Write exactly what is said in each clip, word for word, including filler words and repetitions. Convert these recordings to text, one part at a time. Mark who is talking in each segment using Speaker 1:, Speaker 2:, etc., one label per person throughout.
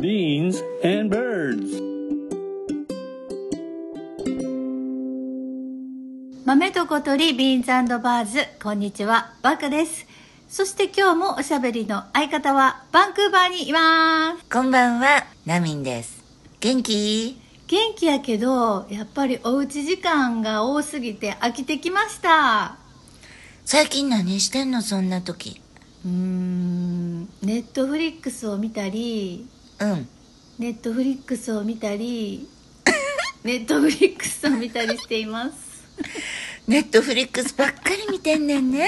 Speaker 1: beans and birds.
Speaker 2: 豆と小鳥ビーンズ&バーズ、こんにちは、バカです。そして今日もおしゃべりの相方はバンクーバーにいます。
Speaker 3: こんばんは、ナミンです。元気？
Speaker 2: 元気やけど、やっぱりおうち時間が多すぎて飽きてきました。
Speaker 3: 最近何してんの、そんな時？
Speaker 2: うーん、ネットフリックスを見たり、
Speaker 3: うん
Speaker 2: ネットフリックスを見たりネットフリックスを見たりしています。
Speaker 3: ネットフリックスばっかり見てんねんね。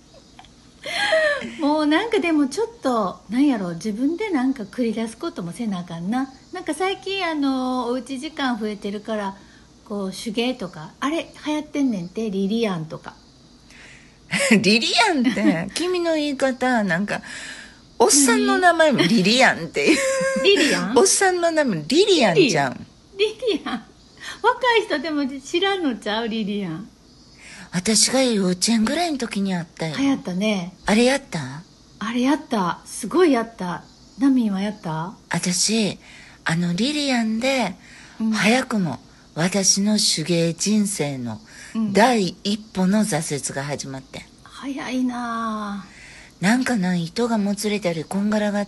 Speaker 2: もうなんかでもちょっとなんやろ、自分でなんか繰り出すこともせなあかんな。なんか最近あのおうち時間増えてるから、こう手芸とかあれ流行ってんねんって、リリアンとか。
Speaker 3: リリアンって君の言い方なんかおっさんの名前もリリアンっていう
Speaker 2: リリアン
Speaker 3: おっさんの名前リリアンじゃん。
Speaker 2: リリアン、若い人でも知らんのちゃう？リリアン
Speaker 3: 私が幼稚園ぐらいの時にあったよ。
Speaker 2: 流行ったね。
Speaker 3: あれやった？
Speaker 2: あれやった、すごいやった。ナミンはやった？
Speaker 3: 私あのリリアンで、
Speaker 2: うん、
Speaker 3: 早くも私の手芸人生の第一歩の挫折が始まって、うん、
Speaker 2: 早いな。
Speaker 3: なんかな、糸がもつれたりこんがらがって、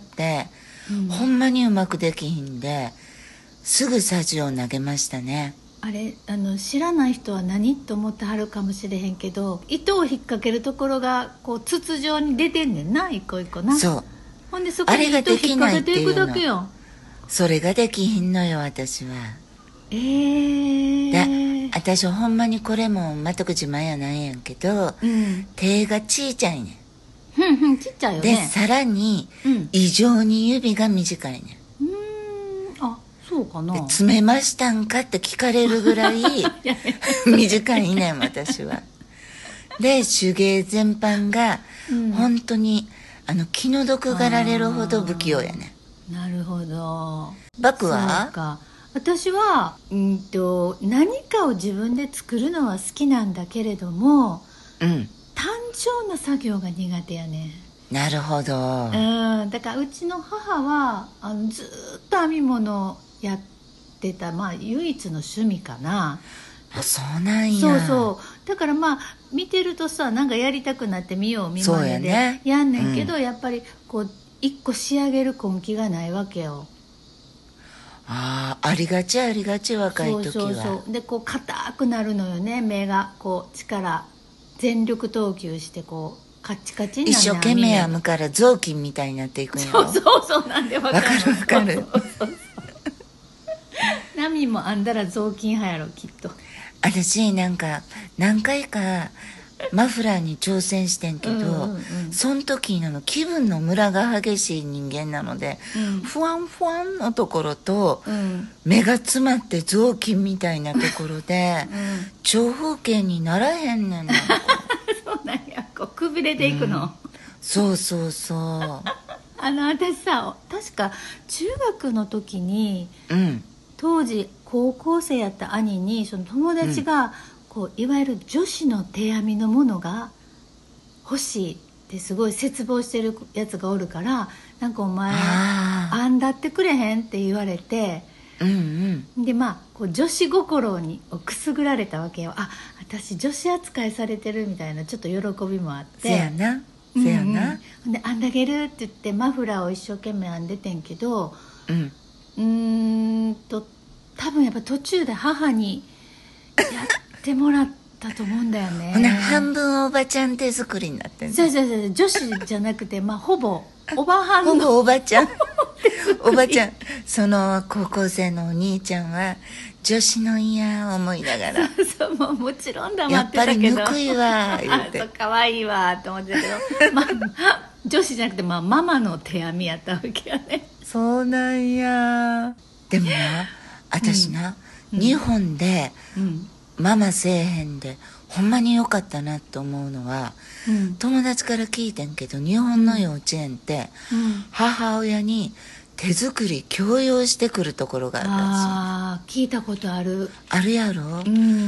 Speaker 3: うん、ほんまにうまくできひんですぐさじを投げましたね。
Speaker 2: あれ、あの知らない人は何と思ってはるかもしれへんけど、糸を引っ掛けるところがこう筒状に出てんねんな、一個一個な。
Speaker 3: そう、
Speaker 2: ほんでそこに糸引っ掛けていくだけよ。
Speaker 3: それができひんのよ、私は。
Speaker 2: えー、
Speaker 3: で、私ほんまにこれも全く自慢やないやんけど、うん、手がちいちゃいねん。
Speaker 2: ふんふん、ちっちゃいよね。
Speaker 3: でさらに、うん、異常に指が短いねん。
Speaker 2: うーん、あ、そうかな。
Speaker 3: で詰めましたんかって聞かれるぐらい短いねん、私は。で手芸全般が、うん、本当にあの気の毒がられるほど不器用やね
Speaker 2: ん。なるほど。
Speaker 3: バクは？
Speaker 2: そうか、私はうんと何かを自分で作るのは好きなんだけれども、うん、単調な作業が苦手やね。
Speaker 3: なるほど。
Speaker 2: うん、だからうちの母はあのずっと編み物をやってた、まあ唯一の趣味かな。
Speaker 3: あ、そうなんや。
Speaker 2: そうそう、だからまあ見てるとさ、なんかやりたくなって見よう見まねでやんねんけど、ね、うん、やっぱりこう一個仕上げる根気がないわけよ。
Speaker 3: ああ、ありがちありがち、若い時は。そうそうそう。
Speaker 2: でこう硬くなるのよね、目がこう力全力投球してこうカチカチになる。
Speaker 3: 一生懸命編むから雑巾みたいになっていくんやろ。
Speaker 2: そうそうそう、なんでわかる。
Speaker 3: わかるわかる。そうそうそう
Speaker 2: ナミも編んだら雑巾派やろきっと。
Speaker 3: 私なんか何回かマフラーに挑戦してんけど、うんうんうん、その時の気分のムラが激しい人間なので、うん、ふわんふわんのところと、うん、目が詰まって雑巾みたいなところで、うん、長風景にならへんねんな。
Speaker 2: そうなんや、こうくびれていくの、うん、
Speaker 3: そうそうそう。
Speaker 2: あの私さ、確か中学の時に、
Speaker 3: うん、
Speaker 2: 当時高校生やった兄にその友達が、うん、こういわゆる女子の手編みのものが欲しいってすごい切望してるやつがおるから、なんかお前編んだってくれへんって言われて、
Speaker 3: うんうん、
Speaker 2: でまあこう女子心にくすぐられたわけよ。あ、私女子扱いされてるみたいなちょっと喜びもあって、
Speaker 3: せやなせやな、
Speaker 2: うんうん、で編んであげるって言ってマフラーを一生懸命編んでてんけど、
Speaker 3: うん、
Speaker 2: うーんと多分やっぱ途中で母にやってもらったと思うんだよね。
Speaker 3: ほな半分おばちゃん手作りになってんの。
Speaker 2: そうそうそう、女子じゃなくて、まあ、ほぼおばはんの
Speaker 3: ほぼおばちゃんおばちゃん、その高校生のお兄ちゃんは女子のいや思いながら
Speaker 2: そうそう、もうもちろん黙ってたけど、
Speaker 3: やっぱりぬくいわ言って
Speaker 2: あ、かわいいわって思ってたけど、まあ、女子じゃなくて、まあ、ママの手編みやったわけやね。
Speaker 3: そうなんや。でもな、私な、うん、日本で、うん、ママせえへんでほんまによかったなと思うのは、うん、友達から聞いてんけど、日本の幼稚園って、うん、母親に手作り強要してくるところがあるらしい。
Speaker 2: あー、聞いたことある。
Speaker 3: あるやろ、うん、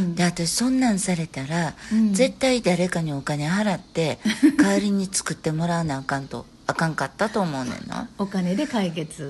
Speaker 3: で私そんなんされたら、うん、絶対誰かにお金払って代わりに作ってもらわなあかんとあかんかったと思うねんな。
Speaker 2: お金で解決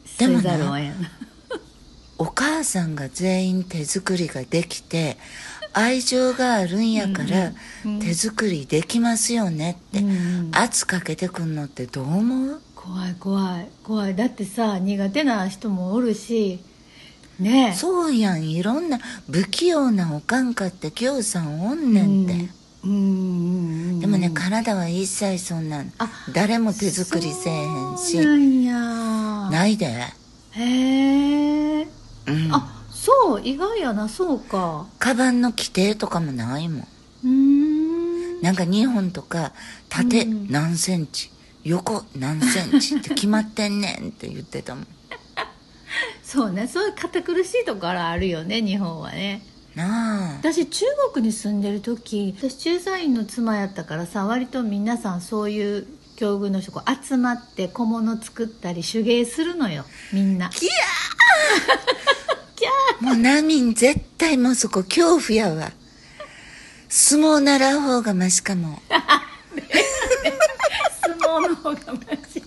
Speaker 3: でも
Speaker 2: せざるを
Speaker 3: な
Speaker 2: 得ん。
Speaker 3: お母さんが全員手作りができて愛情があるんやから手作りできますよねって圧かけてくんのってどう思う？
Speaker 2: 怖い怖い怖い。だってさ苦手な人もおるしねえ。
Speaker 3: そうやん、いろんな不器用なおかんかってぎょうさんおんねんって。
Speaker 2: うんうんうんうん。
Speaker 3: でもねカナダは一切そんなん誰も手作りせえへんし。
Speaker 2: そうなんや。
Speaker 3: ないで。
Speaker 2: へえ、
Speaker 3: うん、
Speaker 2: あそう意外やな。そうか。
Speaker 3: カバンの規定とかもないもん。
Speaker 2: うーん
Speaker 3: なんかにほんとか縦何センチ、うん、横何センチって決まってんねんって言ってたもん。
Speaker 2: そうね、そういう堅苦しいところあるよね日本はね。
Speaker 3: なあ。
Speaker 2: 私中国に住んでる時、私駐在員の妻やったからさ、割と皆さんそういう境遇の人こう集まって小物作ったり手芸するのよみんな。
Speaker 3: キャーキャーもうナミン絶対もうそこ恐怖やわ。相撲習う方がマシかも。
Speaker 2: 相撲の方がマシ。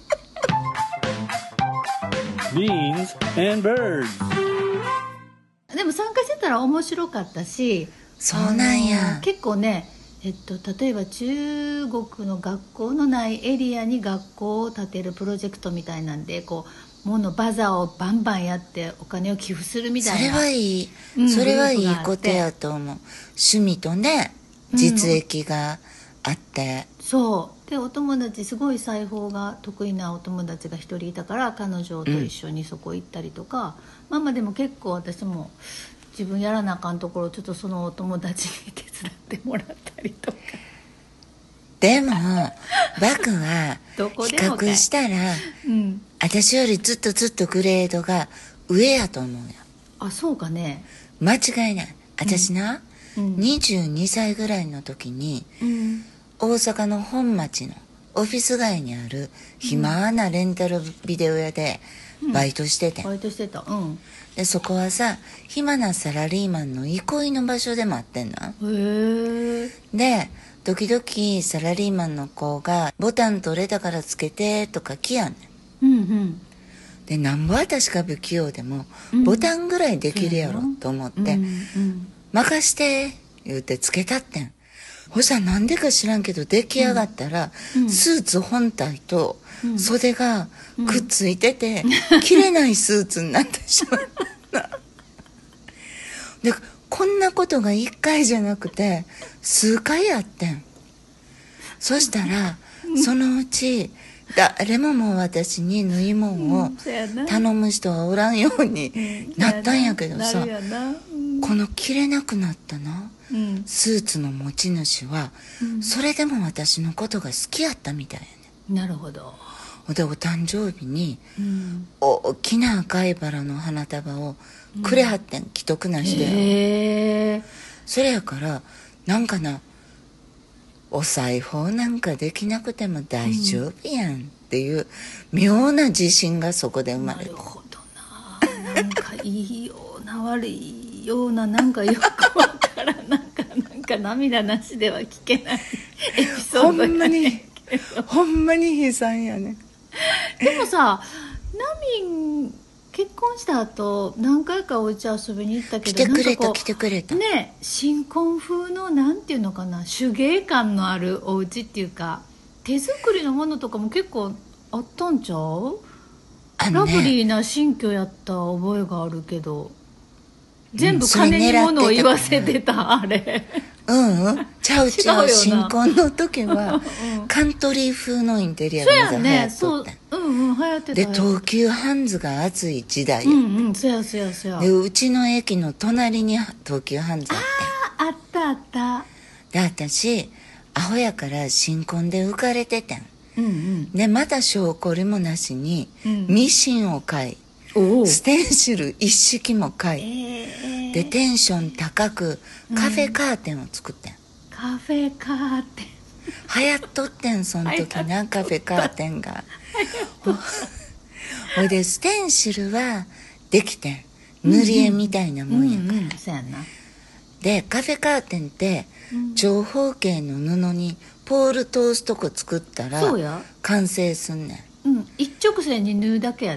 Speaker 1: Beans and birds.
Speaker 2: でも参加してたら面白かったし、
Speaker 3: そうなんや。
Speaker 2: あの結構ね、えっと、例えば中国の学校のないエリアに学校を建てるプロジェクトみたいなんで、こう物バザーをバンバンやってお金を寄付するみたいな。
Speaker 3: それはいい、
Speaker 2: うん、
Speaker 3: それはいいことやと思う。趣味とね実益があって、
Speaker 2: うん、そうでお友達すごい裁縫が得意なお友達が一人いたから彼女と一緒にそこ行ったりとか、うん、まあまあでも結構私も自分やらなあかんところちょっとそのお友達に手伝ってもらったりとか。
Speaker 3: でもバクは比較したら、うん、私よりずっとずっとグレードが上やと思うよ。
Speaker 2: あ、そうかね。
Speaker 3: 間違いない。私な、うん、にじゅうにさいぐらいの時に、うん、大阪の本町のオフィス街にある暇なレンタルビデオ屋でバイトしてて、
Speaker 2: うん、バイトしてた、うん、
Speaker 3: でそこはさ暇なサラリーマンの憩いの場所でもあってんな。へえ。で時々サラリーマンの子がボタン取れたからつけてとか来やんねん、うんうん、でなんぼ私が不器用でも、うん、ボタンぐらいできるやろと思って、うんうん、任して言うてつけたってん。ほしたらなんでか知らんけど出来上がったら、うん、スーツ本体と袖がくっついてて、うん、着れないスーツになってしまったでこんなことがいっかいじゃなくて数回あってん。そしたらそのうち誰ももう私に縫い物を頼む人はおらんようになったんやけどさ、この着れなくなったな、うん、スーツの持ち主は、うん、それでも私のことが好きやったみたいやね。
Speaker 2: なるほど。
Speaker 3: でお誕生日に、うん、大きな赤いバラの花束をくれはってん、既得な人や、へー。それやからなんかな、お裁縫なんかできなくても大丈夫やんっていう、うん、妙な自信がそこで生まれる。なるほど
Speaker 2: な。なんかいいような悪いような、なんかよくわからんなんかなんか涙なしでは聞けないエピソードやね。ほんまに
Speaker 3: ほんまに悲惨やね。
Speaker 2: でもさ、ナミン結婚した後何回かお家遊びに行ったけど、
Speaker 3: 来てくれた来てくれた
Speaker 2: ね、新婚風のなんていうのかな、手芸感のあるお家っていうか、手作りのものとかも結構あったんちゃう？あのね、ラブリーな新居やった覚えがあるけど、全部金に物を言わせてた、あれ。
Speaker 3: うんうんちゃうちゃう。新婚の時はカントリー風のインテリアがまだ流行っとった。
Speaker 2: うんうん、流行ってた。
Speaker 3: で東急ハンズが熱い時代や、
Speaker 2: うんうん、そやそやそや。
Speaker 3: でうちの駅の隣に東急ハンズあって、
Speaker 2: ああったあった。
Speaker 3: で私アホやから新婚で浮かれててん、うんうん、でまた証拠りもなしに、うん、ミシンを買い、ステンシル一式も買い、えー、でテンション高くカフェカーテンを作ってん、うん、
Speaker 2: カフェカーテン
Speaker 3: 流行っとってんその時な、カフェカーテンがほいでステンシルはできてん、塗り絵みたいなもんやから、うんうんうん、そうやな。でカフェカーテンって長方形の布にポール通すとこ作ったら完成すんねん、
Speaker 2: うん、一直線に縫うだけやで。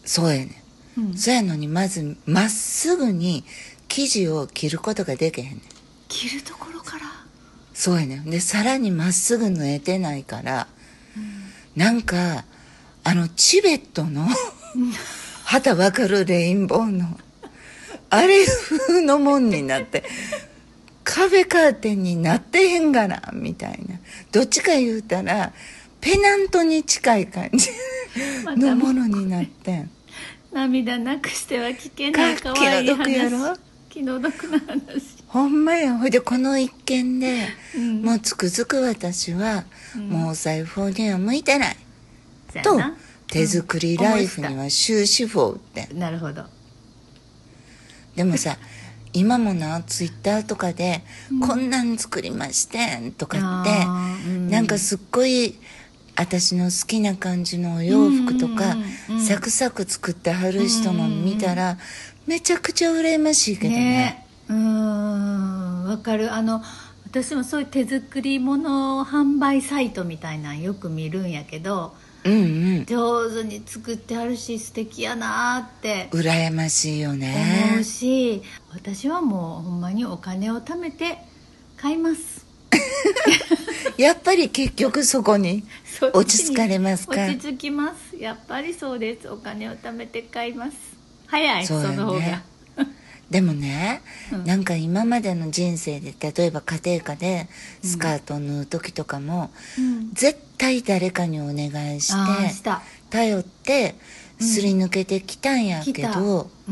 Speaker 3: そうやね、うん、そうやのにまずまっすぐに生地を切ることができへんねん。
Speaker 2: 切るところから。
Speaker 3: そうやねん。でさらにまっすぐ縫えてないから、うん、なんかあのチベットの旗わかる、レインボーのあれ風のもんになって壁カーテンになってへんがなみたいな、どっちか言うたらペナントに近い感じのものになってん。
Speaker 2: 涙なくしては聞けないかわいい話。気の毒やろ。気の毒な話。
Speaker 3: ほんまや。ほいでこの一件で、うん、もうつくづく私は、うん、もうお裁縫には向いてない、うん、と手作りライフには終止符を打って、
Speaker 2: うん、なるほど。
Speaker 3: でもさ今もなツイッターとかで、うん、こんなん作りましてとかって、うん、なんかすっごい私の好きな感じのお洋服とか、うんうんうん、サクサク作ってはる人の見たら、うんうん、めちゃくちゃ羨ましいけどね。
Speaker 2: ね、うーん、わかる。あの私もそういう手作り物販売サイトみたいなのよく見るんやけど、うんうん、上手に作ってあるし素敵やなって
Speaker 3: 羨ましいよね
Speaker 2: 思うし、私はもうほんまにお金を貯めて買います
Speaker 3: やっぱり結局そこに落ち着かれますか。
Speaker 2: 落ち着きます。やっぱりそうです。お金を貯めて買います。早い そ,、ね、その方が
Speaker 3: でもね、うん、なんか今までの人生で例えば家庭科でスカートを縫う時とかも、うん、絶対誰かにお願いしてした頼ってすり抜けてきたんやけど、うん、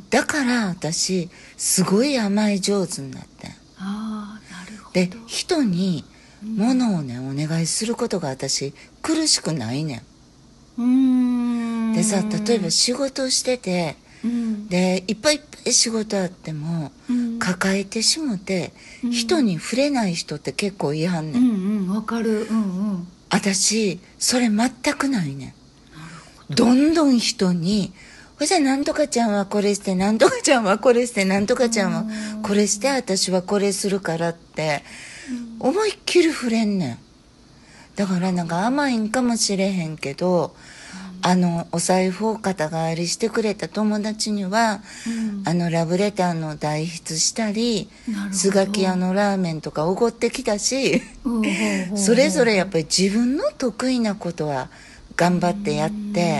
Speaker 3: だから私すごい甘え上手になってん。
Speaker 2: あー、なるほど。
Speaker 3: で人に物をね、うん、お願いすることが私苦しくないねん。うーんでさ、例えば仕事してて、うん、でいっぱいいっぱい仕事あっても、うん、抱えてしもて、うん、人に触れない人って結構いはんねん。
Speaker 2: うんうん、わかる。うんうん。
Speaker 3: 私それ全くないねん。どんどん人にほじゃなんとかちゃんはこれしてなんとかちゃんはこれしてなんとかちゃんはこれして私はこれするからって思いっきり触れんねん。だからなんか甘いんかもしれへんけど、あのお財布を肩代わりしてくれた友達には、うん、あのラブレターの代筆したりスガキ屋のラーメンとかおごってきたしそれぞれやっぱり自分の得意なことは頑張ってやって、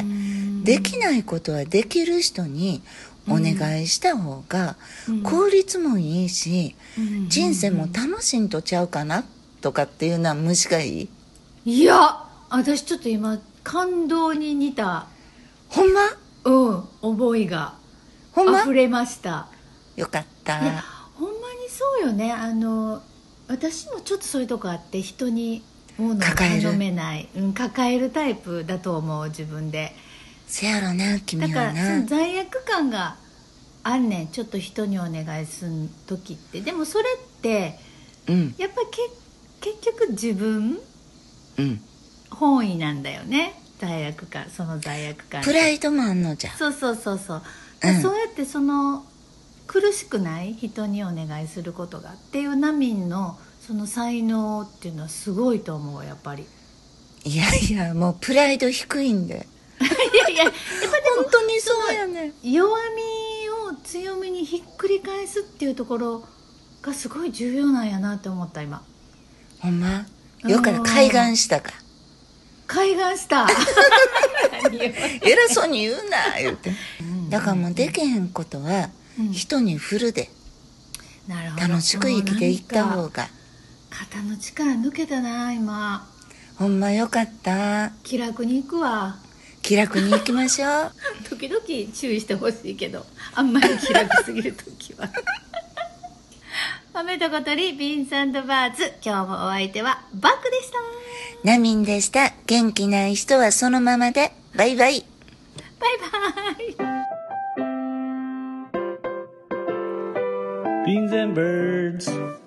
Speaker 3: できないことはできる人にお願いした方が効率もいいし、うん、人生も楽しんとちゃうかなとかっていうのは虫がいい。
Speaker 2: いや私ちょっと今感動に似た
Speaker 3: ほんま
Speaker 2: うん思いが
Speaker 3: ほんま
Speaker 2: 溢れました。
Speaker 3: よかった。
Speaker 2: いやほんまにそうよね。あの私もちょっとそういうとこあって、人に物を頼めない、うん、抱えるタイプだと思う自分で。
Speaker 3: せやろな君はな。
Speaker 2: だからその罪悪感があんねん、ちょっと人にお願いする時って。でもそれって、うん、やっぱりけ結局自分、うん、本意なんだよね。罪悪感、その罪悪感
Speaker 3: プライドもあんのじゃん。
Speaker 2: そうそうそうそう、うん、そうやってその苦しくない人にお願いすることがっていうナミンのその才能っていうのはすごいと思うやっぱり。
Speaker 3: いやいやもうプライド低いんで
Speaker 2: いやいややっぱでも
Speaker 3: 本当にそうやね。
Speaker 2: 弱みを強みにひっくり返すっていうところがすごい重要なんやなって思った今。
Speaker 3: ほんまよかった。開眼したか。
Speaker 2: 開眼した
Speaker 3: 偉そうに言うな言うて、うん、だからもうできへんことは人に振るで、うん、なるほど。楽しく生きていった方が。
Speaker 2: 肩の力抜けたな今。
Speaker 3: ほんまよかった。
Speaker 2: 気楽に行くわ。
Speaker 3: 気楽に行きましょう
Speaker 2: 時々注意してほしいけどあんまり気楽すぎる時は豆と小鳥ビンサンドバーズ。今日もお相手はバックでした。
Speaker 3: ナミンでした。元気ない人はそのままで。バイバイ。
Speaker 2: バイバイ。
Speaker 1: Beans and birds.